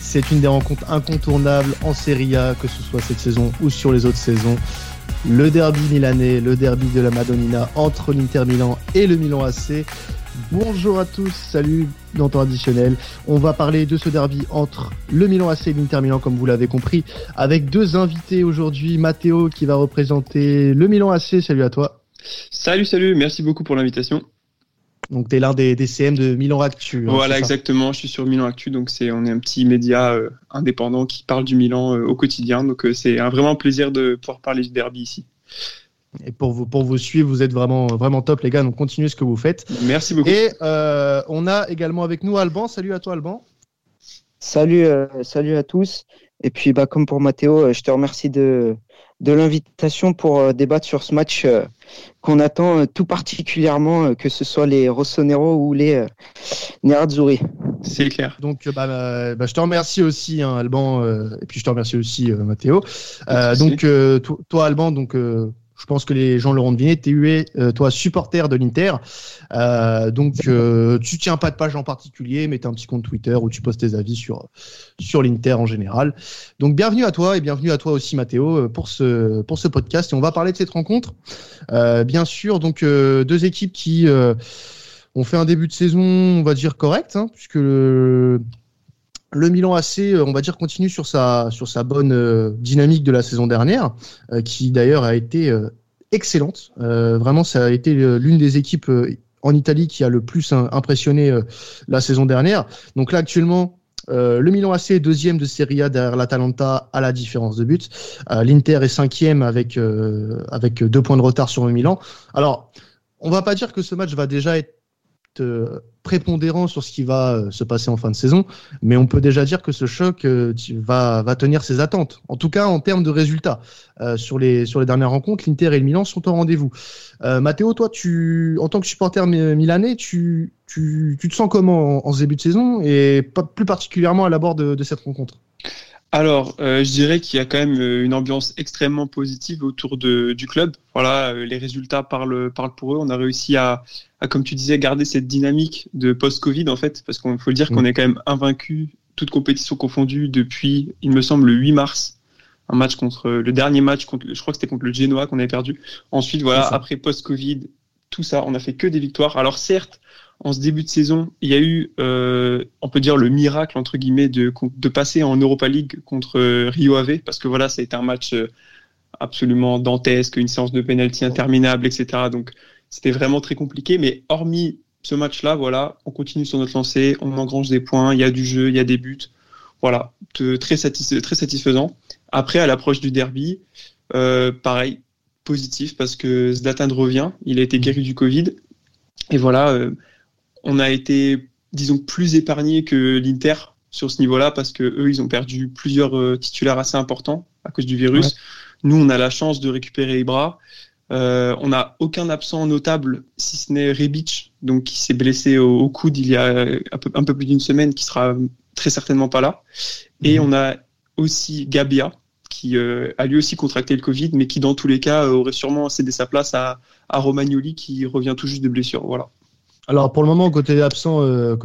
C'est une des rencontres incontournables en Serie A, que ce soit cette saison ou sur les autres saisons. Le derby milanais, le derby de la Madonnina entre l'Inter Milan et le Milan AC. Bonjour à tous, salut dans temps additionnel. On va parler de ce derby entre le Milan AC et l'Inter Milan, comme vous l'avez compris, avec deux invités aujourd'hui. Matteo qui va représenter le Milan AC, salut à toi. Salut, merci beaucoup pour l'invitation. Donc tu es l'un des CM de Milan Actu. Voilà, exactement, je suis sur Milan Actu, donc on est un petit média indépendant qui parle du Milan au quotidien, donc c'est vraiment un plaisir de pouvoir parler du derby ici. Et pour vous suivre, vous êtes vraiment top les gars, donc continuez ce que vous faites. Merci beaucoup. Et on a également avec nous Alban, salut à toi Alban. Salut à tous. Et puis comme pour Matteo, je te remercie de l'invitation pour débattre sur ce match qu'on attend tout particulièrement, que ce soit les Rossonero ou les Nerazzurri. C'est clair. Donc je te remercie aussi Alban, et puis je te remercie aussi Matteo. Toi Alban, je pense que les gens l'auront deviné, tu es toi supporter de l'Inter, tu tiens pas de page en particulier, mais tu as un petit compte Twitter où tu postes tes avis sur l'Inter en général. Donc bienvenue à toi et bienvenue à toi aussi Matteo pour ce podcast, et on va parler de cette rencontre. Bien sûr, deux équipes qui ont fait un début de saison, on va dire correct, puisque le Milan AC, on va dire, continue sur sa bonne dynamique de la saison dernière, qui d'ailleurs a été excellente. Vraiment, ça a été l'une des équipes en Italie qui a le plus impressionné la saison dernière. Donc là, actuellement, le Milan AC est deuxième de Serie A derrière l'Atalanta à la différence de but. L'Inter est cinquième avec 2 points de retard sur le Milan. Alors, on va pas dire que ce match va déjà être prépondérant sur ce qui va se passer en fin de saison, mais on peut déjà dire que ce choc va tenir ses attentes. En tout cas, en termes de résultats, sur les dernières rencontres, l'Inter et le Milan sont au rendez-vous. Matteo, toi, en tant que supporter milanais, tu te sens comment en ce début de saison, et plus particulièrement à l'abord de cette rencontre? Alors, je dirais qu'il y a quand même une ambiance extrêmement positive autour du club. Voilà, les résultats parlent pour eux. On a réussi à, comme tu disais, garder cette dynamique de post-Covid, en fait, parce qu'il faut le dire qu'on est quand même invaincu, toute compétition confondue, depuis, il me semble, le 8 mars. Le dernier match, je crois que c'était contre le Genoa qu'on avait perdu. Ensuite, voilà, après post-Covid, tout ça, on n'a fait que des victoires. Alors certes, en ce début de saison, il y a eu, on peut dire, le miracle, entre guillemets, de passer en Europa League contre Rio Ave, parce que voilà, ça a été un match absolument dantesque, une séance de penalty interminable, etc. Donc, c'était vraiment très compliqué. Mais hormis ce match-là, voilà, on continue sur notre lancée, on engrange des points, il y a du jeu, il y a des buts. Voilà, très satisfaisant. Après, à l'approche du derby, pareil, positif, parce que Zlatan revient, il a été guéri du Covid. Et voilà, on a été, disons, plus épargnés que l'Inter sur ce niveau-là, parce que eux, ils ont perdu plusieurs titulaires assez importants à cause du virus. Ouais. Nous, on a la chance de récupérer Ibra. On n'a aucun absent notable, si ce n'est Rebic, donc qui s'est blessé au coude il y a un peu plus d'une semaine, qui sera très certainement pas là. Et on a aussi Gabia, qui a lui aussi contracté le Covid, mais qui dans tous les cas aurait sûrement cédé sa place à Romagnoli, qui revient tout juste de blessure. Voilà. Alors pour le moment, côté absent,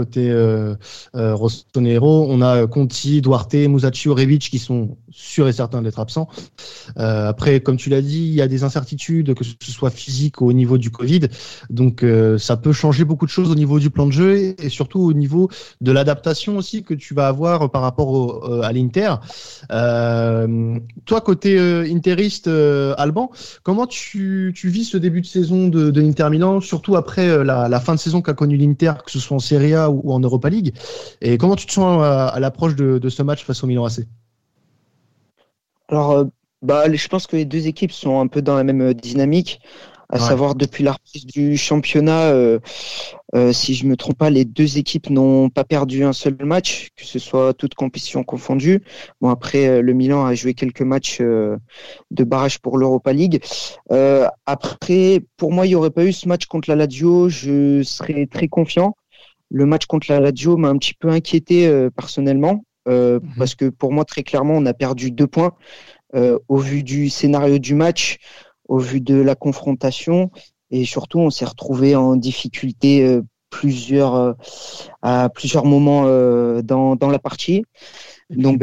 Rossonero, on a Conti, Duarte, Musacchio, Rebic qui sont sûrs et certains d'être absents. Après, comme tu l'as dit, il y a des incertitudes, que ce soit physique ou au niveau du Covid. Donc ça peut changer beaucoup de choses au niveau du plan de jeu et surtout au niveau de l'adaptation aussi que tu vas avoir par rapport à l'Inter. Toi, côté interiste, Alban, comment tu vis ce début de saison de l'Inter Milan, surtout après la fin de saison qu'a connu l'Inter, que ce soit en Serie A ou en Europa League, et comment tu te sens à l'approche de ce match face au Milan AC? Alors, je pense que les deux équipes sont un peu dans la même dynamique, à savoir depuis la reprise du championnat, si je me trompe pas, les deux équipes n'ont pas perdu un seul match, que ce soit toutes compétitions confondues. Bon, après, le Milan a joué quelques matchs de barrage pour l'Europa League. Après, pour moi, il n'y aurait pas eu ce match contre la Lazio, je serais très confiant. Le match contre la Lazio m'a un petit peu inquiété personnellement, parce que pour moi, très clairement, on a perdu 2 points au vu du scénario du match, au vu de la confrontation, et surtout on s'est retrouvé en difficulté plusieurs moments dans la partie. Donc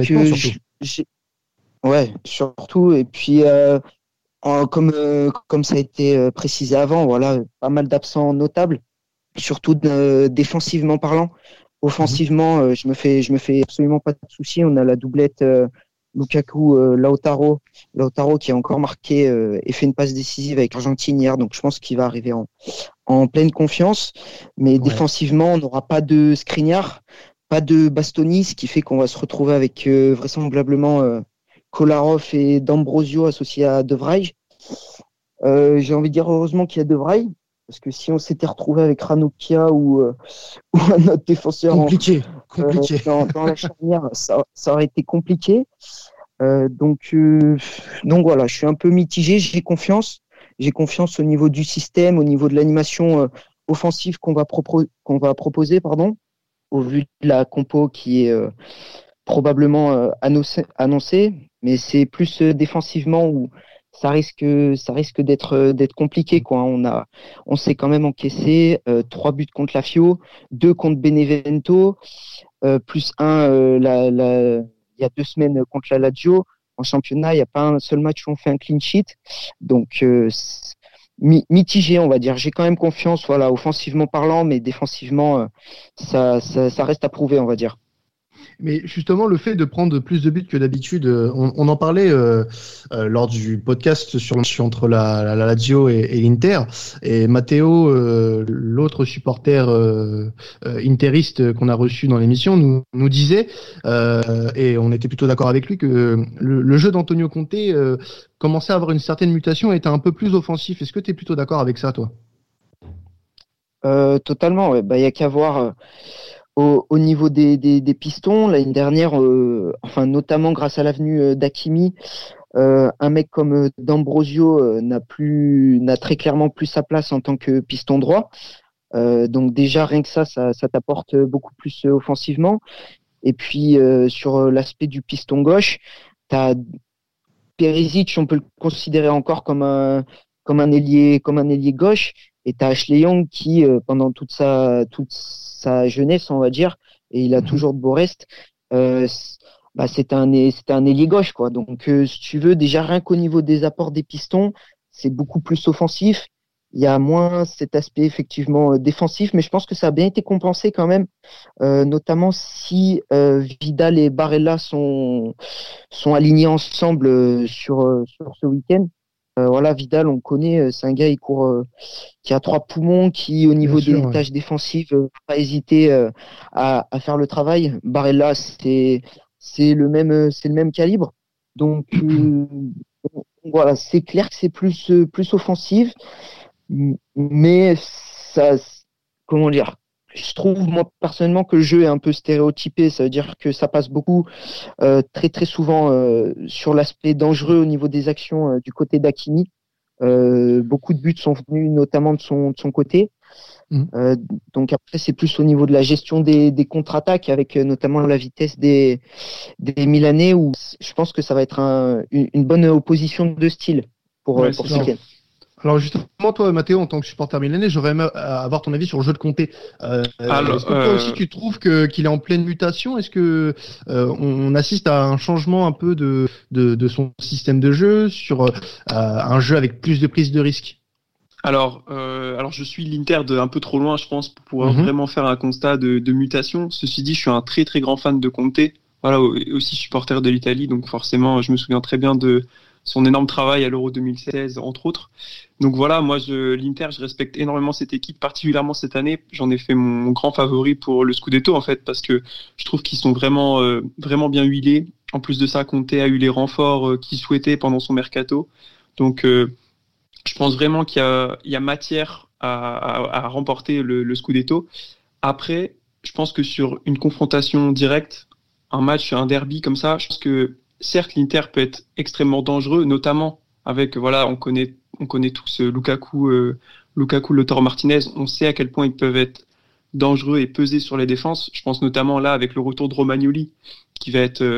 ouais, surtout. Et puis comme ça a été précisé avant, voilà, pas mal d'absents notables, surtout défensivement parlant. Offensivement, je me fais absolument pas de soucis. On a la doublette Lukaku, Lautaro qui a encore marqué et fait une passe décisive avec l'Argentine hier. Donc je pense qu'il va arriver en pleine confiance. Mais défensivement, on n'aura pas de Skriniar, pas de Bastoni, ce qui fait qu'on va se retrouver avec vraisemblablement Kolarov et D'Ambrosio associés à De Vrij. J'ai envie de dire heureusement qu'il y a De Vrij, parce que si on s'était retrouvé avec Ranocchia ou un autre défenseur compliqué. Dans la charnière, ça aurait été compliqué. Donc voilà, je suis un peu mitigé. J'ai confiance au niveau du système, au niveau de l'animation offensive qu'on va proposer, au vu de la compo qui est probablement annoncée, mais c'est plus défensivement où ça risque d'être compliqué, quoi. On s'est quand même encaissé 3 buts contre la Fio, 2 contre Benevento, plus un il y a 2 semaines contre la Lazio. En championnat, il n'y a pas un seul match où on fait un clean sheet. Donc mitigé, on va dire. J'ai quand même confiance, voilà, offensivement parlant, mais défensivement, ça reste à prouver, on va dire. Mais justement, le fait de prendre plus de buts que d'habitude, on en parlait lors du podcast entre la Lazio et l'Inter. Et Matteo, l'autre supporter interiste qu'on a reçu dans l'émission, nous disait, et on était plutôt d'accord avec lui, que le jeu d'Antonio Conte commençait à avoir une certaine mutation et était un peu plus offensif. Est-ce que tu es plutôt d'accord avec ça, toi ? Totalement, ouais. Bah, y a qu'à voir au niveau des pistons l'année dernière, notamment grâce à l'avenue d'Hakimi, un mec comme D'Ambrosio n'a très clairement plus sa place en tant que piston droit. Donc déjà rien que ça t'apporte beaucoup plus offensivement. Et puis sur l'aspect du piston gauche, t'as Perisic, on peut le considérer encore comme un ailier gauche. Et t'as Ashley Young qui, pendant toute sa jeunesse, on va dire, et il a toujours de beaux restes, c'était un ailier gauche, quoi. Donc, si tu veux, déjà rien qu'au niveau des apports des pistons, c'est beaucoup plus offensif. Il y a moins cet aspect effectivement défensif, mais je pense que ça a bien été compensé quand même, notamment si Vidal et Barella sont alignés ensemble sur ce week-end. Voilà, Vidal, on connaît, c'est un gars qui a 3 poumons, qui au niveau des tâches défensives va pas hésiter à faire le travail. Barella, c'est le même calibre. Donc voilà, c'est clair que c'est plus offensif, mais ça, comment dire, je trouve moi personnellement que le jeu est un peu stéréotypé. Ça veut dire que ça passe beaucoup très très souvent sur l'aspect dangereux au niveau des actions du côté d'Hakimi. Beaucoup de buts sont venus notamment de son côté. Donc après c'est plus au niveau de la gestion des contre-attaques, avec notamment la vitesse des Milanais, où je pense que ça va être une bonne opposition de style pour ce week-end. Alors justement, toi, Mathéo, en tant que supporter milanais, j'aurais aimé avoir ton avis sur le jeu de Conte. Est-ce que toi aussi tu trouves qu'il est en pleine mutation ? Est-ce que on assiste à un changement un peu de son système de jeu, sur un jeu avec plus de prise de risque ? Alors je suis l'Inter de un peu trop loin, je pense, pour pouvoir vraiment faire un constat de mutation. Ceci dit, je suis un très très grand fan de Conte. Voilà, aussi supporter de l'Italie, donc forcément, je me souviens très bien de son énorme travail à l'Euro 2016, entre autres. Donc voilà, moi, l'Inter, je respecte énormément cette équipe, particulièrement cette année. J'en ai fait mon grand favori pour le Scudetto, en fait, parce que je trouve qu'ils sont vraiment bien huilés. En plus de ça, Conte a eu les renforts qu'il souhaitait pendant son mercato. Donc, je pense vraiment qu'il y a matière à remporter le Scudetto. Après, je pense que sur une confrontation directe, un match, un derby comme ça, je pense que certes, l'Inter peut être extrêmement dangereux, notamment avec, voilà, on connaît tous Lukaku, Lautaro Martinez. On sait à quel point ils peuvent être dangereux et peser sur les défenses. Je pense notamment là avec le retour de Romagnoli, qui va être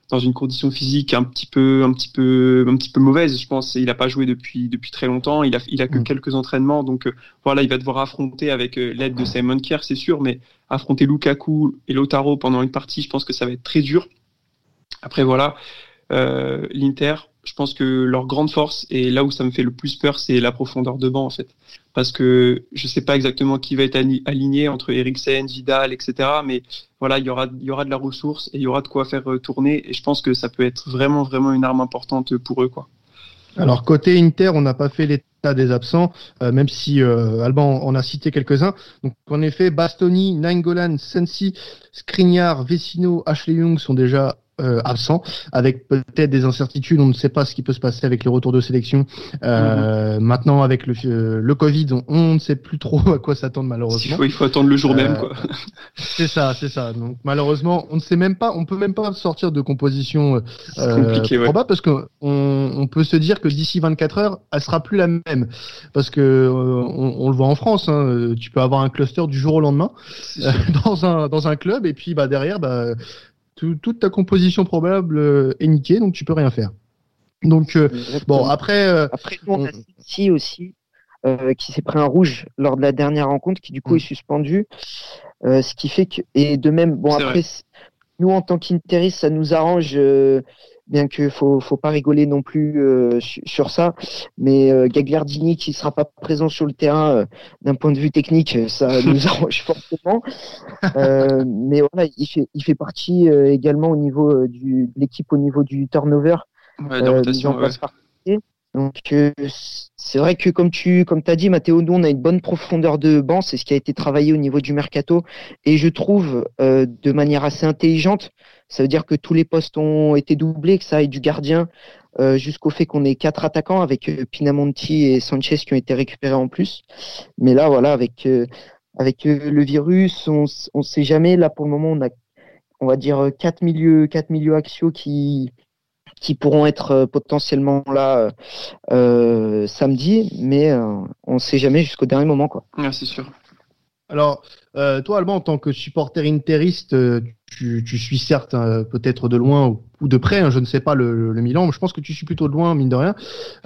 dans une condition physique un petit peu mauvaise. Je pense il a pas joué depuis très longtemps. Il a que quelques entraînements, donc voilà, il va devoir affronter avec l'aide de Simon Kjær, c'est sûr, mais affronter Lukaku et Lautaro pendant une partie, je pense que ça va être très dur. Après voilà, l'Inter, je pense que leur grande force, et là où ça me fait le plus peur, c'est la profondeur de banc en fait, parce que je sais pas exactement qui va être aligné entre Eriksen, Vidal, etc. Mais voilà, il y aura de la ressource et il y aura de quoi faire tourner, et je pense que ça peut être vraiment une arme importante pour eux, quoi. Alors côté Inter, on n'a pas fait l'état des absents, même si Alban en a cité quelques-uns. Donc en effet, Bastoni, Nainggolan, Sensi, Skriniar, Vecino, Ashley Young sont déjà absents, avec peut-être des incertitudes. On ne sait pas ce qui peut se passer avec les retours de sélection. Maintenant, avec le Covid, on ne sait plus trop à quoi s'attendre, malheureusement. Il faut attendre le jour même, quoi. C'est ça. Donc malheureusement, on ne sait même pas, on peut même pas sortir de composition probable, parce que on peut se dire que d'ici 24 heures, elle sera plus la même, parce que on le voit en France, hein, tu peux avoir un cluster du jour au lendemain dans un club, et puis derrière, toute ta composition probable est niquée, donc tu peux rien faire. Donc bon, après nous, on a City aussi qui s'est pris un rouge lors de la dernière rencontre, qui du coup est suspendu, ce qui fait que, et de même, bon, après nous en tant qu'Interistes, ça nous arrange, bien que faut pas rigoler non plus sur ça, mais Gagliardini qui sera pas présent sur le terrain d'un point de vue technique, ça nous arrange fortement. Mais voilà, il fait partie également au niveau de l'équipe, au niveau du turnover. Donc c'est vrai que comme t'as dit, Mathéo, nous on a une bonne profondeur de banc, c'est ce qui a été travaillé au niveau du mercato, et je trouve de manière assez intelligente. Ça veut dire que tous les postes ont été doublés, que ça aille du gardien jusqu'au fait qu'on ait 4 attaquants avec Pinamonti et Sanchez qui ont été récupérés en plus. Mais là, voilà, avec le virus, on sait jamais. Là, pour le moment, on va dire 4 milieux axiaux qui pourront être potentiellement là samedi, mais on sait jamais jusqu'au dernier moment, quoi. Ouais, c'est sûr. Alors, toi, Alban, en tant que supporter interiste, tu suis certes peut-être de loin ou de près, je ne sais pas, le Milan, mais je pense que tu suis plutôt de loin, mine de rien.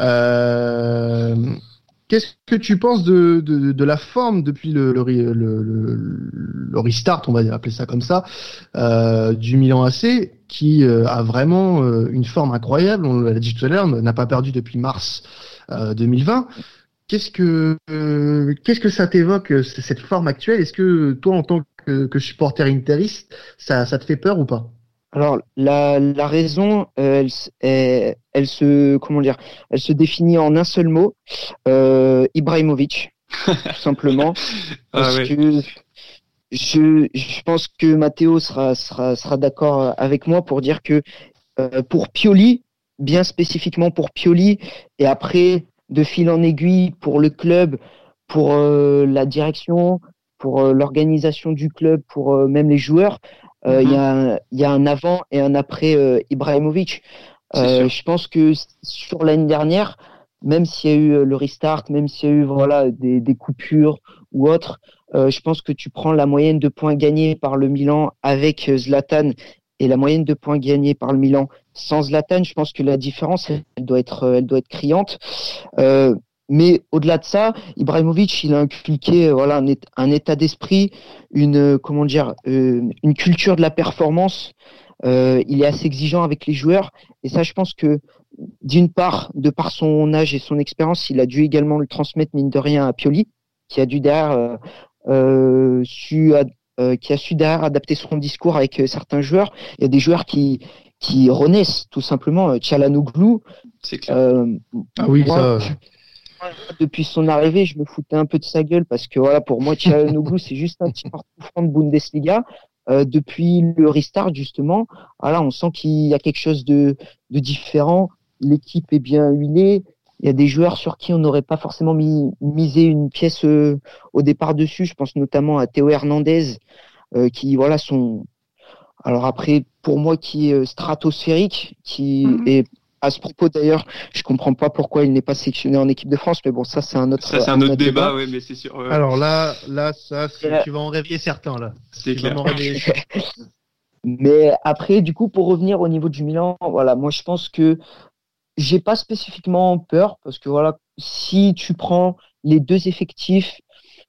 Qu'est-ce que tu penses de la forme depuis le restart, on va appeler ça comme ça, du Milan AC, qui a vraiment une forme incroyable, on l'a dit tout à l'heure, n'a pas perdu depuis mars 2020. Qu'est-ce que ça t'évoque, cette forme actuelle? Est-ce que toi, en tant que supporter interiste, ça te fait peur ou pas? Alors la raison, elle se définit en un seul mot, Ibrahimovic, tout simplement. Parce que je pense que Mathéo sera d'accord avec moi pour dire que pour Pioli, bien spécifiquement pour Pioli, et après de fil en aiguille pour le club, pour la direction, pour l'organisation du club, pour même les joueurs, il y a un avant et un après Ibrahimovic. Je pense que sur l'année dernière, même s'il y a eu le restart, même s'il y a eu des coupures ou autres, je pense que tu prends la moyenne de points gagnés par le Milan avec Zlatan et la moyenne de points gagnés par le Milan sans Zlatan, je pense que la différence elle doit être criante. Mais au-delà de ça, Ibrahimovic, il a inculqué un état d'esprit, une culture de la performance. Il est assez exigeant avec les joueurs, et ça, je pense que d'une part, de par son âge et son expérience, il a dû également le transmettre mine de rien à Pioli, qui a dû derrière su adapter son discours avec certains joueurs. Il y a des joueurs qui renaissent tout simplement. Çalhanoğlu. C'est clair. Depuis son arrivée, je me foutais un peu de sa gueule parce que pour moi, Çalhanoğlu, c'est juste un petit partout de Bundesliga. Depuis le restart, justement, on sent qu'il y a quelque chose de différent. L'équipe est bien huilée. Il y a des joueurs sur qui on n'aurait pas forcément misé une pièce au départ dessus. Je pense notamment à Théo Hernandez, qui sont. Alors après, pour moi, qui est stratosphérique, qui est. À ce propos, d'ailleurs, je comprends pas pourquoi il n'est pas sélectionné en équipe de France, mais bon, ça, c'est un autre débat, oui, mais c'est sûr. Alors là, ça, tu vas en réveiller certains, là. C'est clair. Mais après, du coup, pour revenir au niveau du Milan, voilà, moi je pense que j'ai pas spécifiquement peur parce que voilà, si tu prends les deux effectifs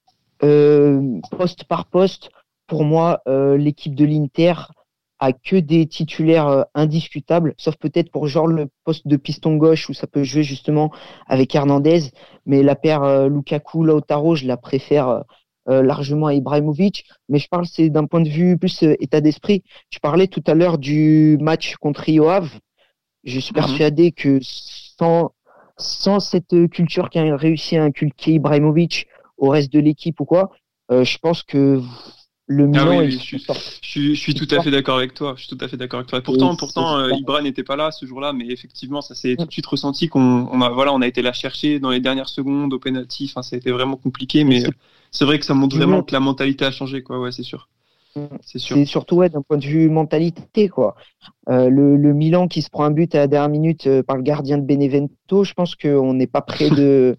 poste par poste, pour moi, l'équipe de l'Inter a que des titulaires indiscutables, sauf peut-être pour genre le poste de piston gauche où ça peut jouer justement avec Hernandez, mais la paire Lukaku-Lautaro, je la préfère largement à Ibrahimovic. Mais je parle, c'est d'un point de vue plus état d'esprit. Tu parlais tout à l'heure du match contre Rio Ave. Je suis persuadé que sans cette culture qu'a réussi à inculquer Ibrahimovic au reste de l'équipe ou quoi, je pense que le Milan je suis tout à fait d'accord avec toi. Je suis tout à fait d'accord avec toi. Et pourtant, Ibra n'était pas là ce jour-là, mais effectivement, ça s'est tout de suite ressenti qu'on a été la chercher dans les dernières secondes au penalty. Enfin, ça a été vraiment compliqué, mais c'est vrai que ça montre vraiment que la mentalité a changé, quoi. Ouais, c'est sûr. C'est surtout d'un point de vue mentalité, quoi. Le Milan qui se prend un but à la dernière minute par le gardien de Benevento, je pense qu'on n'est pas prêt de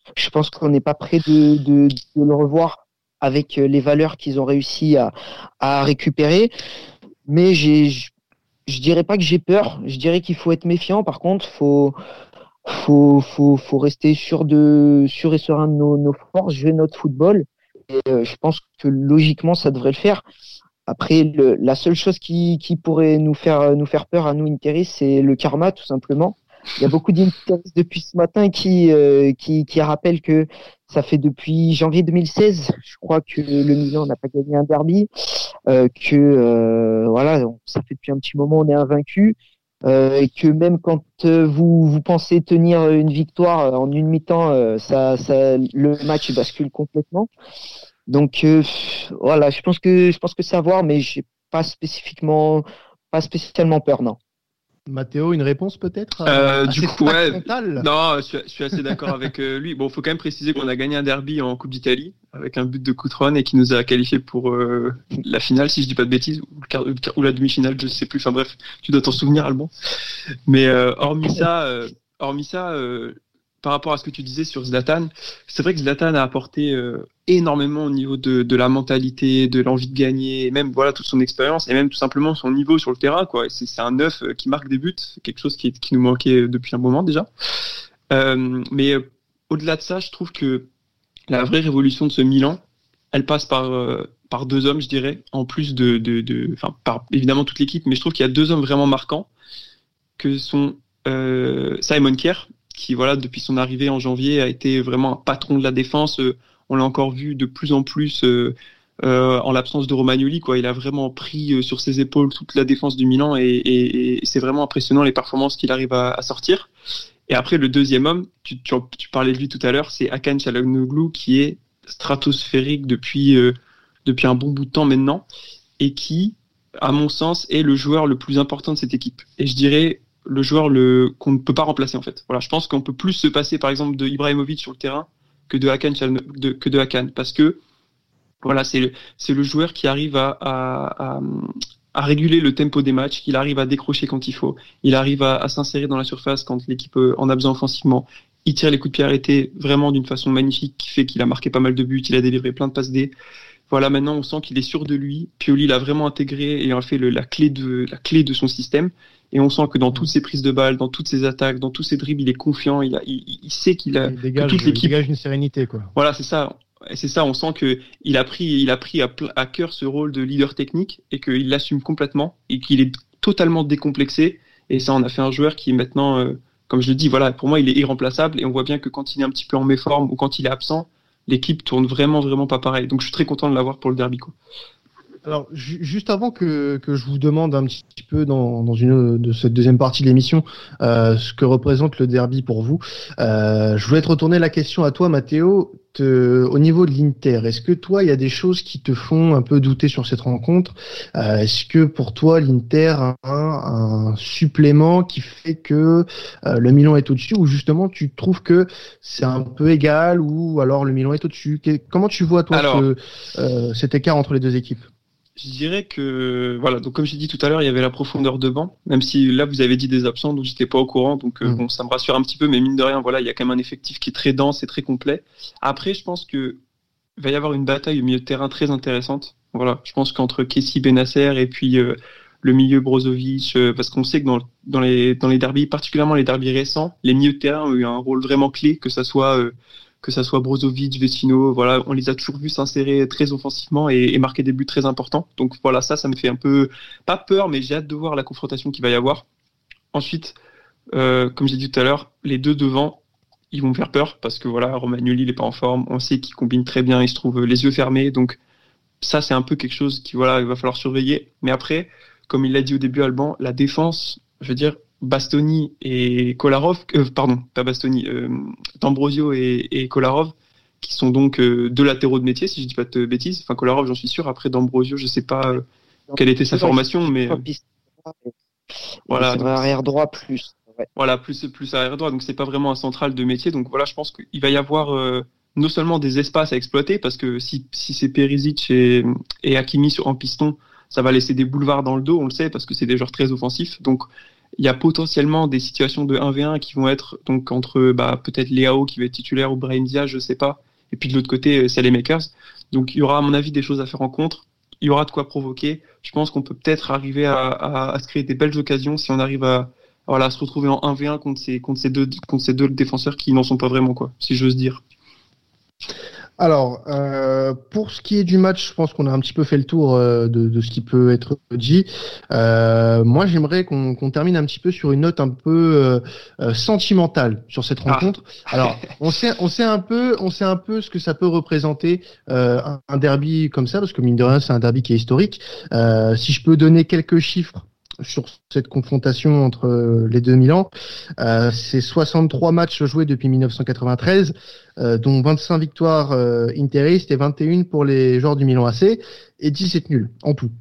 le revoir avec les valeurs qu'ils ont réussi à récupérer. Mais je dirais pas que j'ai peur, je dirais qu'il faut être méfiant. Par contre, faut rester sûr et serein de nos forces, jouer notre football. Et je pense que logiquement, ça devrait le faire. Après, la seule chose qui pourrait nous faire peur à nous, Interistes, c'est le karma, tout simplement. Il y a beaucoup d'Interistes depuis ce matin qui rappellent que ça fait depuis janvier 2016, je crois que le Milan n'a pas gagné un derby, voilà, ça fait depuis un petit moment on est invaincu, et que même quand vous pensez tenir une victoire en une mi-temps, le match bascule complètement. Donc voilà, je pense que c'est à voir, mais j'ai pas spécialement peur, non. Mathéo, une réponse peut-être du coup, ouais. Non, je suis assez d'accord avec lui. Bon, faut quand même préciser qu'on a gagné un derby en Coupe d'Italie avec un but de Coutron et qui nous a qualifié pour la finale, si je dis pas de bêtises, ou la demi-finale, je sais plus. Enfin bref, tu dois t'en souvenir, Alban. Mais hormis ça, par rapport à ce que tu disais sur Zlatan, c'est vrai que Zlatan a apporté énormément au niveau de la mentalité, de l'envie de gagner, et même voilà toute son expérience et même tout simplement son niveau sur le terrain, quoi. C'est un neuf qui marque des buts, c'est quelque chose qui nous manquait depuis un moment déjà. Mais au-delà de ça, je trouve que la vraie révolution de ce Milan, elle passe par deux hommes, je dirais, en plus par évidemment toute l'équipe, mais je trouve qu'il y a deux hommes vraiment marquants que sont Simon Kjær, qui voilà depuis son arrivée en janvier a été vraiment un patron de la défense. On l'a encore vu de plus en plus en l'absence de Romagnoli, quoi. Il a vraiment pris sur ses épaules toute la défense du Milan et c'est vraiment impressionnant les performances qu'il arrive à sortir. Et après le deuxième homme, tu parlais de lui tout à l'heure, c'est Hakan Çalhanoğlu qui est stratosphérique depuis un bon bout de temps maintenant et qui, à mon sens, est le joueur le plus important de cette équipe. Et je dirais le joueur qu'on ne peut pas remplacer en fait. Voilà, je pense qu'on peut plus se passer par exemple de Ibrahimovic sur le terrain que de Hakan, parce que voilà, c'est le joueur qui arrive à réguler le tempo des matchs, qu'il arrive à décrocher quand il faut, il arrive à s'insérer dans la surface quand l'équipe en a besoin offensivement. Il tire les coups de pied arrêtés vraiment d'une façon magnifique qui fait qu'il a marqué pas mal de buts, il a délivré plein de passes D. Voilà, maintenant on sent qu'il est sûr de lui. Pioli l'a vraiment intégré et en fait la clé de son système. Et on sent que dans toutes ses prises de balles, dans toutes ses attaques, dans tous ses dribbles, il est confiant. Il sait qu'il a toute l'équipe. Il dégage une sérénité, quoi. Voilà, c'est ça. Et c'est ça. On sent que il a pris à cœur ce rôle de leader technique et qu'il l'assume complètement et qu'il est totalement décomplexé. Et ça, on a fait un joueur qui est maintenant, comme je le dis, voilà, pour moi, il est irremplaçable. Et on voit bien que quand il est un petit peu en méforme ou quand il est absent, l'équipe tourne vraiment, vraiment pas pareil. Donc, je suis très content de l'avoir pour le derby, quoi. Alors, juste avant que je vous demande un petit peu dans une de cette deuxième partie de l'émission ce que représente le derby pour vous, je voulais te retourner la question à toi, Mathéo. Au niveau de l'Inter, est-ce que toi, il y a des choses qui te font un peu douter sur cette rencontre ? Est-ce que pour toi, l'Inter a un supplément qui fait que le Milan est au-dessus, ou justement tu trouves que c'est un peu égal, ou alors le Milan est au-dessus ? Comment tu vois, toi, cet écart entre les deux équipes ? Je dirais que, voilà, donc comme j'ai dit tout à l'heure, il y avait la profondeur de banc, même si là vous avez dit des absents, donc j'étais pas au courant, donc bon, ça me rassure un petit peu, mais mine de rien, voilà, il y a quand même un effectif qui est très dense et très complet. Après, je pense que va y avoir une bataille au milieu de terrain très intéressante. Voilà, je pense qu'entre Kessie, Bennacer et puis le milieu Brozovic, parce qu'on sait que dans les derbys, particulièrement les derbys récents, les milieux de terrain ont eu un rôle vraiment clé, que ça soit Brozovic, Vecino, voilà, on les a toujours vus s'insérer très offensivement et marquer des buts très importants. Donc voilà, ça me fait un peu, pas peur, mais j'ai hâte de voir la confrontation qu'il va y avoir. Ensuite, comme j'ai dit tout à l'heure, les deux devant, ils vont me faire peur parce que voilà, Romagnoli, il est pas en forme. On sait qu'il combine très bien, il se trouve les yeux fermés. Donc ça, c'est un peu quelque chose qui, voilà, il va falloir surveiller. Mais après, comme il l'a dit au début, Alban, la défense, je veux dire, Bastoni et Kolarov, pas Bastoni, D'Ambrosio et Kolarov, qui sont donc deux latéraux de métier, si je dis pas de bêtises. Enfin, Kolarov, j'en suis sûr. Après, D'Ambrosio, je sais pas quelle était sa formation, mais voilà. C'est arrière droit plus. Ouais. Voilà, plus arrière droit, donc c'est pas vraiment un central de métier. Donc voilà, je pense qu'il va y avoir non seulement des espaces à exploiter, parce que si c'est Perisic et Hakimi en piston, ça va laisser des boulevards dans le dos, on le sait, parce que c'est des joueurs très offensifs. Donc il y a potentiellement des situations de 1v1 qui vont être donc entre peut-être Leao qui va être titulaire ou Brahim Diaz, je sais pas. Et puis de l'autre côté, c'est les Makers. Donc il y aura à mon avis des choses à faire en contre. Il y aura de quoi provoquer. Je pense qu'on peut peut-être arriver à se créer des belles occasions si on arrive à se retrouver en 1v1 contre ces deux défenseurs qui n'en sont pas vraiment, quoi, si j'ose dire. Alors, pour ce qui est du match, je pense qu'on a un petit peu fait le tour de ce qui peut être dit. Moi, j'aimerais qu'on termine un petit peu sur une note un peu sentimentale sur cette rencontre. Alors, on sait un peu ce que ça peut représenter un derby comme ça, parce que mine de rien, c'est un derby qui est historique. Si je peux donner quelques chiffres sur cette confrontation entre les deux Milan, c'est 63 matchs joués depuis 1993, dont 25 victoires interistes et 21 pour les joueurs du Milan AC et 17 nuls en tout.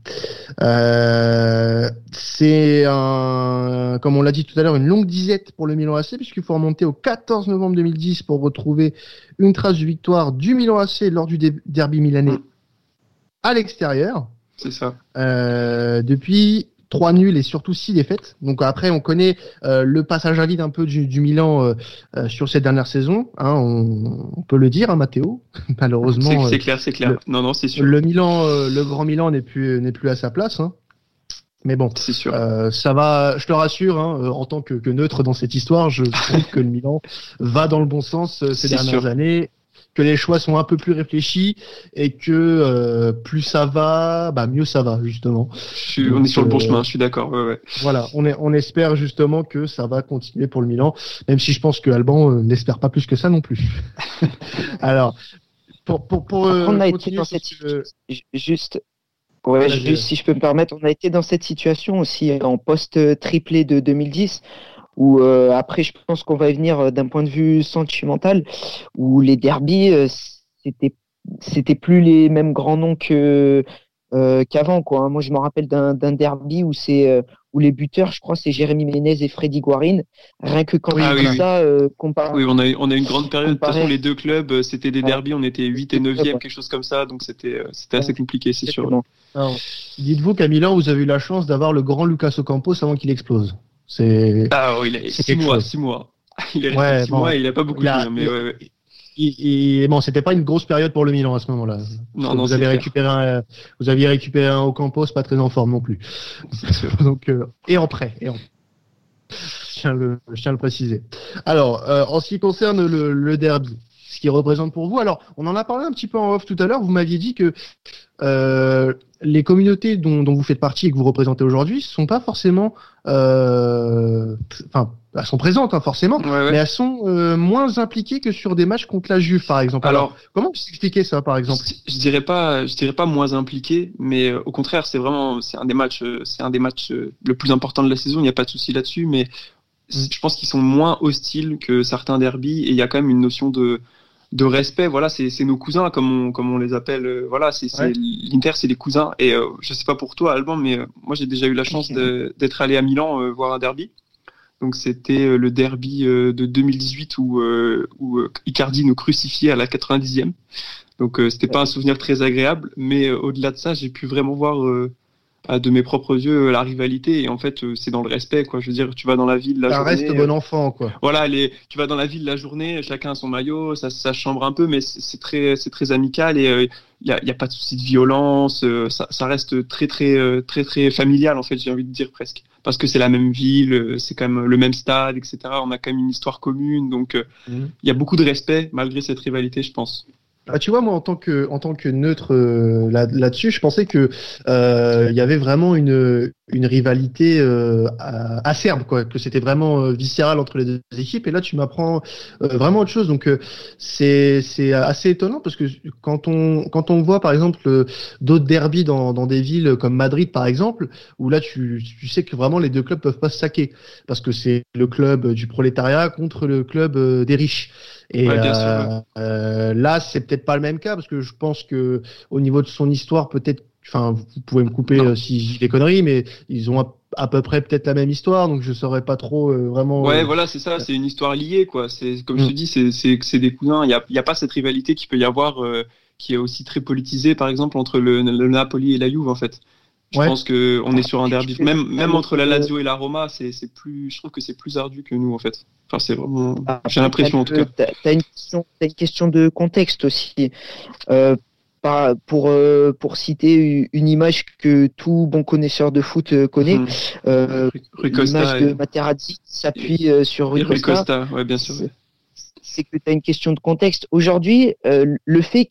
C'est comme on l'a dit tout à l'heure, une longue disette pour le Milan AC, puisqu'il faut remonter au 14 novembre 2010 pour retrouver une trace de victoire du Milan AC lors du derby milanais à l'extérieur. C'est ça. Depuis 3 nuls et surtout 6 défaites. Donc après, on connaît le passage à vide un peu du Milan sur cette dernière saison. Hein, on peut le dire, hein, Matteo. Malheureusement, c'est clair. Non, c'est sûr. Le Milan, le grand Milan n'est plus à sa place. Hein. Mais bon, c'est sûr. Ça va. Je te rassure, hein, en tant que neutre dans cette histoire, je trouve que le Milan va dans le bon sens ces dernières années. Que les choix sont un peu plus réfléchis et que plus ça va, mieux ça va justement. On est sur le bon chemin, je suis d'accord. Ouais. Voilà, on espère justement que ça va continuer pour le Milan, même si je pense que Alban n'espère pas plus que ça non plus. Alors, on a été dans cette juste si je peux me permettre, on a été dans cette situation aussi en post-triplé de 2010. Où après je pense qu'on va y venir d'un point de vue sentimental, où les derbies c'était plus les mêmes grands noms qu'avant, quoi. Moi je me rappelle d'un derby où où les buteurs, je crois, c'est Jérémy Ménez et Freddy Guarin. Rien que quand ça comparé. Oui, on a une grande période. De toute façon, les deux clubs, c'était des derbies, on était 8 et 9e, quelque chose comme ça, donc c'était assez compliqué, c'est sûr. Alors, dites-vous qu'à Milan, vous avez eu la chance d'avoir le grand Lucas Ocampos avant qu'il explose. Il a 6 mois. Il est resté 6 mois et il a pas beaucoup joué, mais ouais. Bon, c'était pas une grosse période pour le Milan à ce moment-là. Non, vous aviez récupéré un Ocampos pas très en forme non plus. Donc et en prêt. Je tiens à le préciser. Alors, en ce qui concerne le derby, ce qu'il représente pour vous. Alors, on en a parlé un petit peu en off tout à l'heure. Vous m'aviez dit que les communautés dont vous faites partie et que vous représentez aujourd'hui sont pas forcément, elles sont présentes, hein, forcément, mais elles sont moins impliquées que sur des matchs contre la Juve, par exemple. Alors comment vous expliquez ça, par exemple? Je dirais pas moins impliquées, mais au contraire, c'est un des matchs le plus important de la saison. Il n'y a pas de souci là-dessus, mais je pense qu'ils sont moins hostiles que certains derbys et il y a quand même une notion de respect. Voilà, c'est nos cousins comme on les appelle. L'Inter, c'est les cousins. Et je sais pas pour toi, Alban, mais moi j'ai déjà eu la chance d'être allé à Milan voir un derby. Donc c'était le derby de 2018 où Icardi nous crucifiait à la 90e. Donc c'était pas un souvenir très agréable, mais au-delà de ça, j'ai pu vraiment voir de mes propres yeux la rivalité. Et en fait, c'est dans le respect, quoi. Je veux dire, tu vas dans la ville la Ça journée. reste bon enfant, quoi. Voilà, tu vas dans la ville la journée, chacun a son maillot, ça chambre un peu, mais c'est très amical et il y a pas de souci de violence. Ça reste très familial, en fait, j'ai envie de dire presque. Parce que c'est la même ville, c'est quand même le même stade, etc. On a quand même une histoire commune, donc il y a beaucoup de respect malgré cette rivalité, je pense. Ah, tu vois, moi, en tant que neutre là-dessus, je pensais que il y avait vraiment une rivalité acerbe, quoi, que c'était vraiment viscéral entre les deux équipes. Et là, tu m'apprends vraiment autre chose. Donc, c'est assez étonnant parce que quand on voit, par exemple, d'autres derbys dans des villes comme Madrid, par exemple, où là, tu sais que vraiment les deux clubs peuvent pas se saquer parce que c'est le club du prolétariat contre le club des riches. Et ouais, bien sûr, ouais. là, c'est peut-être pas le même cas parce que je pense que au niveau de son histoire, peut-être, enfin, vous pouvez me couper si je dis des conneries, mais ils ont à peu près peut-être la même histoire, donc je saurais pas trop vraiment. Ouais, voilà, c'est ça, c'est une histoire liée, quoi. C'est comme je te dis, c'est des cousins. Il y a pas cette rivalité qui peut y avoir, qui est aussi très politisée, par exemple, entre le Napoli et la Juve, en fait. Je pense que on est sur un derby, même entre la Lazio et la Roma, je trouve que c'est plus ardu que nous, en fait. Enfin, c'est vraiment, j'ai l'impression, en tout cas. T'as une question de contexte aussi. Pour citer une image que tout bon connaisseur de foot connaît, l'image de Materazzi s'appuie sur Rui Costa. Ouais, bien sûr. C'est que tu as une question de contexte. Aujourd'hui, le fait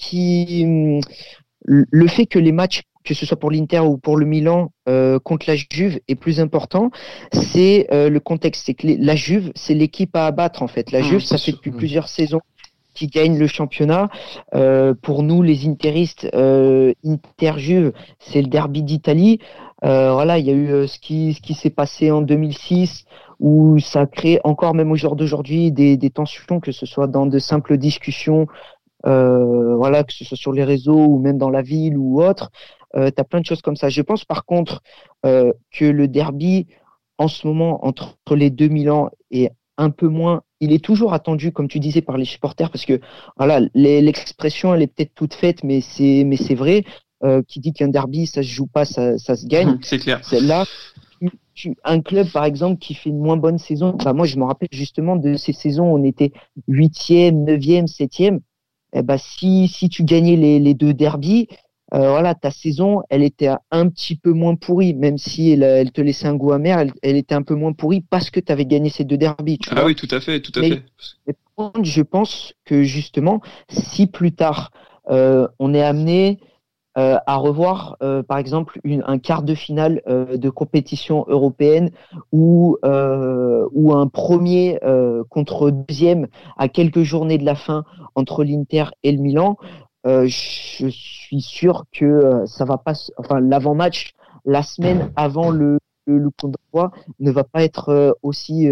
que les matchs, que ce soit pour l'Inter ou pour le Milan, contre la Juve est plus important, c'est le contexte. C'est que la Juve, c'est l'équipe à abattre, en fait. La Juve, ça fait depuis plusieurs saisons qui gagne le championnat. Pour nous, les interistes, Inter-Juve, c'est le derby d'Italie. Voilà, il y a eu ce qui s'est passé en 2006, où ça crée encore, même au jour d'aujourd'hui, des tensions, que ce soit dans de simples discussions, voilà, que ce soit sur les réseaux ou même dans la ville ou autre. T'as plein de choses comme ça. Je pense par contre que le derby, en ce moment, entre les deux Milan est un peu moins. Il est toujours attendu, comme tu disais, par les supporters, parce que voilà, l'expression, elle est peut-être toute faite, mais c'est vrai. Qui dit qu'un derby, ça se joue pas, ça se gagne. C'est clair. Là, un club, par exemple, qui fait une moins bonne saison, bah moi, je me rappelle justement de ces saisons où on était 8e, 9e, 7e. Eh ben, si tu gagnais les deux derbies, voilà, ta saison, elle était un petit peu moins pourrie, même si elle te laissait un goût amer, elle était un peu moins pourrie parce que tu avais gagné ces deux derbies. Tu vois. Oui, tout à fait. Mais par contre, je pense que justement, si plus tard, on est amené à revoir, par exemple, un quart de finale de compétition européenne ou un premier contre deuxième à quelques journées de la fin entre l'Inter et le Milan, je suis sûr que ça va pas. Enfin, l'avant-match, la semaine avant le coup d'envoi, ne va pas être aussi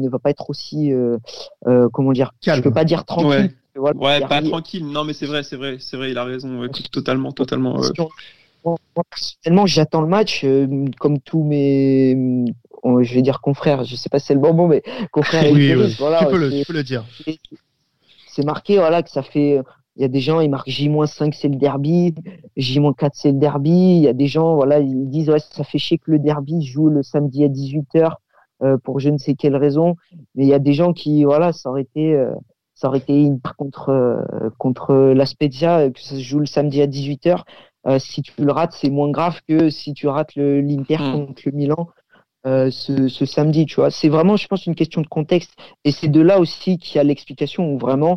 comment dire. Calme. Je peux pas dire tranquille. Ouais. Voilà, pas tranquille. Non, mais c'est vrai, il a raison. Ouais, totalement. Moi, personnellement, j'attends le match comme tous mes, je vais dire confrères. Je sais pas si c'est le bon mot, mais confrères. Oui, voilà, tu peux le dire. C'est marqué, voilà, que ça fait. Il y a des gens, ils marquent J-5, c'est le derby. J-4, c'est le derby. Il y a des gens, voilà, ils disent, ouais, ça fait chier que le derby joue le samedi à 18h pour je ne sais quelle raison. Mais il y a des gens qui, voilà, ça aurait été une contre la Spezia, que ça se joue le samedi à 18h. Si tu le rates, c'est moins grave que si tu rates l'Inter contre le Milan ce samedi, tu vois. C'est vraiment, je pense, une question de contexte. Et c'est de là aussi qu'il y a l'explication où vraiment,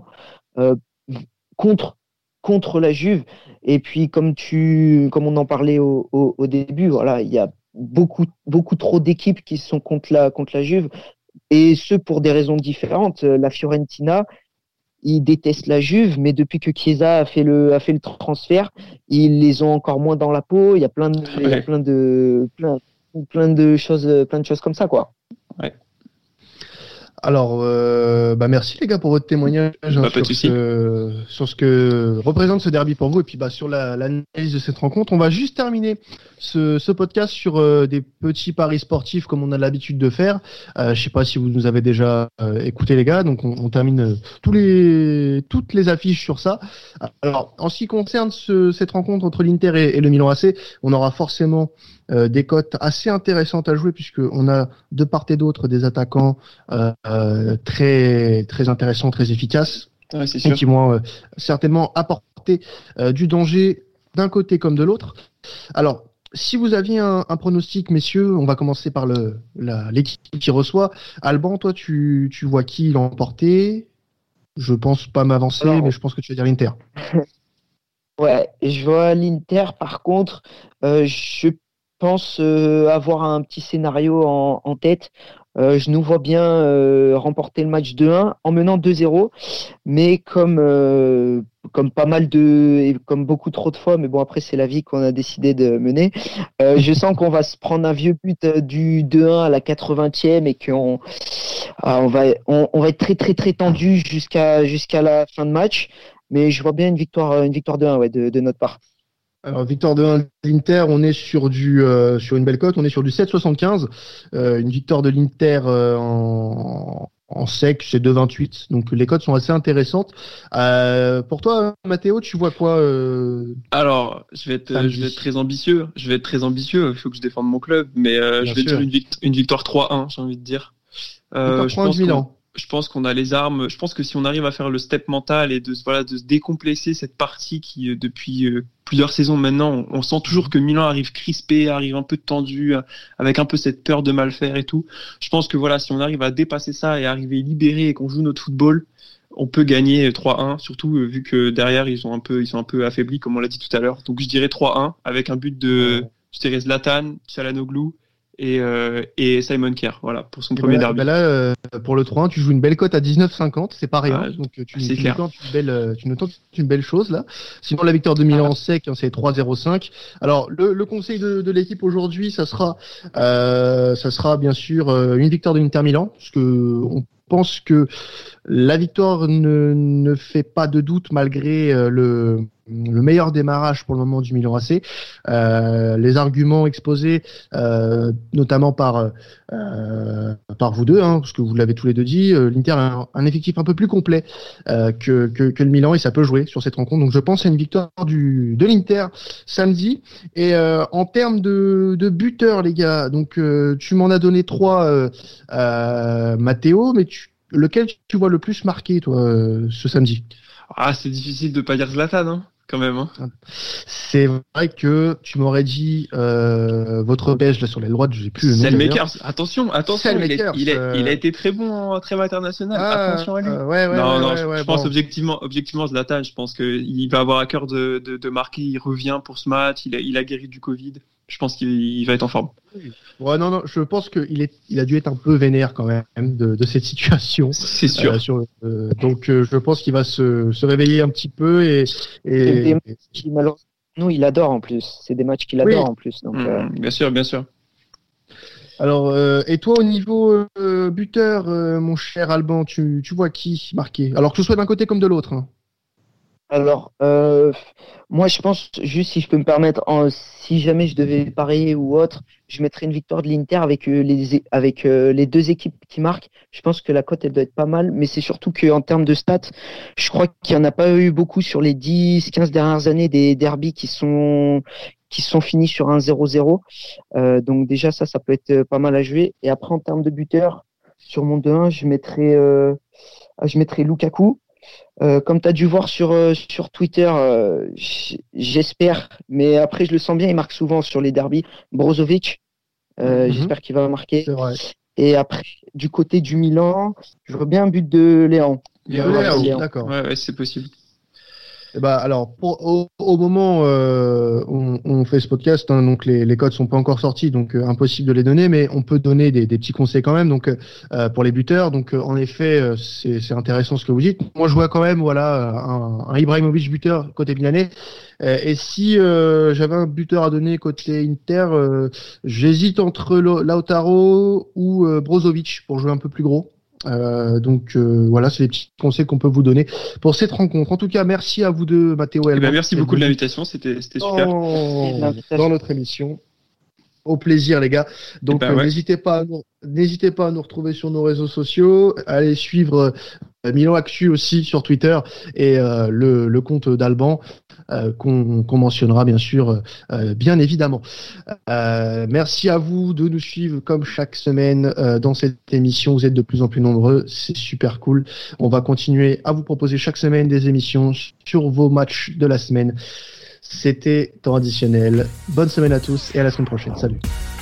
contre la Juve. Et puis, comme on en parlait au début, voilà, il y a beaucoup trop d'équipes qui sont contre la Juve. Et ce, pour des raisons différentes. La Fiorentina, ils détestent la Juve, mais depuis que Chiesa a fait le transfert, ils les ont encore moins dans la peau. Il y a plein de choses comme ça, quoi. Ouais. Alors, merci les gars pour votre témoignage sur ce que représente ce derby pour vous et puis sur l'analyse de cette rencontre. On va juste terminer ce podcast sur des petits paris sportifs comme on a l'habitude de faire. Je sais pas si vous nous avez déjà écouté les gars, donc on termine toutes les affiches sur ça. Alors, en ce qui concerne cette rencontre entre l'Inter et le Milan AC, on aura forcément des cotes assez intéressantes à jouer puisque on a de part et d'autre des attaquants très très intéressants, très efficaces, et qui vont certainement apporter du danger d'un côté comme de l'autre. Alors, si vous aviez un pronostic, messieurs, on va commencer par l'équipe qui reçoit. Alban, toi, tu vois qui l'emporter? Je pense pas m'avancer, mais je pense que tu vas dire l'Inter. Ouais, je vois l'Inter. Par contre, je pense avoir un petit scénario en tête. Je nous vois bien remporter le match 2-1 en menant 2-0, mais comme pas mal et comme beaucoup trop de fois, mais bon après c'est la vie qu'on a décidé de mener. Je sens qu'on va se prendre un vieux but du 2-1 à la 80e et qu'on va être très très très tendu jusqu'à la fin de match. Mais je vois bien une victoire 2-1 de notre part. Alors, victoire de 1 de l'Inter, on est sur une belle cote, on est sur du 7,75. Une victoire de l'Inter en sec, c'est 2,28. Donc les cotes sont assez intéressantes. Pour toi, Mathéo, tu vois quoi Alors, je vais être très ambitieux. Il faut que je défende mon club, mais je vais dire une victoire 3-1, j'ai envie de dire. Je pense qu'on a les armes. Je pense que si on arrive à faire le step mental et de se décomplexer cette partie qui, depuis plusieurs saisons maintenant, on sent toujours que Milan arrive crispé, arrive un peu tendu, avec un peu cette peur de mal faire et tout. Je pense que si on arrive à dépasser ça et arriver libéré et qu'on joue notre football, on peut gagner 3-1, surtout vu que derrière ils sont un peu affaiblis, comme on l'a dit tout à l'heure. Donc je dirais 3-1 avec un but de, je dirais Zlatan, Çalhanoğlu et Simon Kjær, voilà, pour son premier derby. Là, pour le 3-1, tu joues une belle cote à 19,50, c'est pas rien. Donc tu notes une belle chose là. Sinon, la victoire de Milan en sec, c'est 3,05. Alors le conseil de l'équipe aujourd'hui, ça sera bien sûr une victoire de l'Inter Milan, parce que on pense que la victoire ne fait pas de doute malgré le meilleur démarrage pour le moment du Milan AC. Les arguments exposés, notamment par vous deux, parce que vous l'avez tous les deux dit, l'Inter a un effectif un peu plus complet que le Milan et ça peut jouer sur cette rencontre. Donc je pense à une victoire de l'Inter samedi. Et en termes de buteurs, les gars, donc tu m'en as donné 3, Mathéo, mais lequel tu vois le plus marqué, toi, ce samedi? C'est difficile de pas dire Zlatan, quand même. C'est vrai que tu m'aurais dit votre belge là sur l'aile droite, j'ai plus le nom. Selmakers, attention, il a été très bon en trêve internationale. Attention à lui. Je pense objectivement Zlatan, je pense qu'il va avoir à cœur de marquer. Il revient pour ce match. Il a guéri du Covid. Je pense qu'il va être en forme. Ouais, non, je pense qu'il a dû être un peu vénère quand même de cette situation. C'est sûr. Donc, je pense qu'il va se réveiller un petit peu et nous, il adore en plus. C'est des matchs qu'il adore en plus. Donc, bien sûr. Alors, et toi, au niveau buteur, mon cher Alban, tu vois qui marquer? Alors que ce soit d'un côté comme de l'autre. Alors, moi, je pense, juste si je peux me permettre, si jamais je devais parier ou autre, je mettrais une victoire de l'Inter avec les deux équipes qui marquent. Je pense que la cote, elle doit être pas mal, mais c'est surtout qu'en termes de stats, je crois qu'il n'y en a pas eu beaucoup sur les 10-15 dernières années des derbies qui sont finis sur un 0-0. Donc déjà, ça peut être pas mal à jouer. Et après, en termes de buteur, sur mon 2-1, je mettrais Lukaku. Comme tu as dû voir sur Twitter, j'espère, mais après je le sens bien, il marque souvent sur les derbies. Brozovic, j'espère qu'il va marquer. C'est vrai. Et après, du côté du Milan, je vois bien un but de Léon. Léon. D'accord. Ouais, c'est possible. Alors, au moment où on fait ce podcast, donc les codes sont pas encore sortis, donc impossible de les donner, mais on peut donner des petits conseils quand même. Donc pour les buteurs, donc en effet, c'est intéressant ce que vous dites. Moi, je vois quand même, un Ibrahimovic buteur côté milanais. Et si j'avais un buteur à donner côté Inter, j'hésite entre Lautaro ou Brozovic pour jouer un peu plus gros. Donc voilà, c'est les petits conseils qu'on peut vous donner pour cette rencontre. En tout cas, merci à vous deux, Mathéo et Alban. Merci beaucoup de l'invitation, c'était super. Dans notre émission. Au plaisir, les gars. Donc n'hésitez pas à nous retrouver sur nos réseaux sociaux. Allez suivre Milan Actu aussi sur Twitter et le compte d'Alban qu'on mentionnera bien sûr, bien évidemment. Merci à vous de nous suivre comme chaque semaine dans cette émission. Vous êtes de plus en plus nombreux, c'est super cool. On va continuer à vous proposer chaque semaine des émissions sur vos matchs de la semaine. C'était temps additionnel. Bonne semaine à tous et à la semaine prochaine. Salut.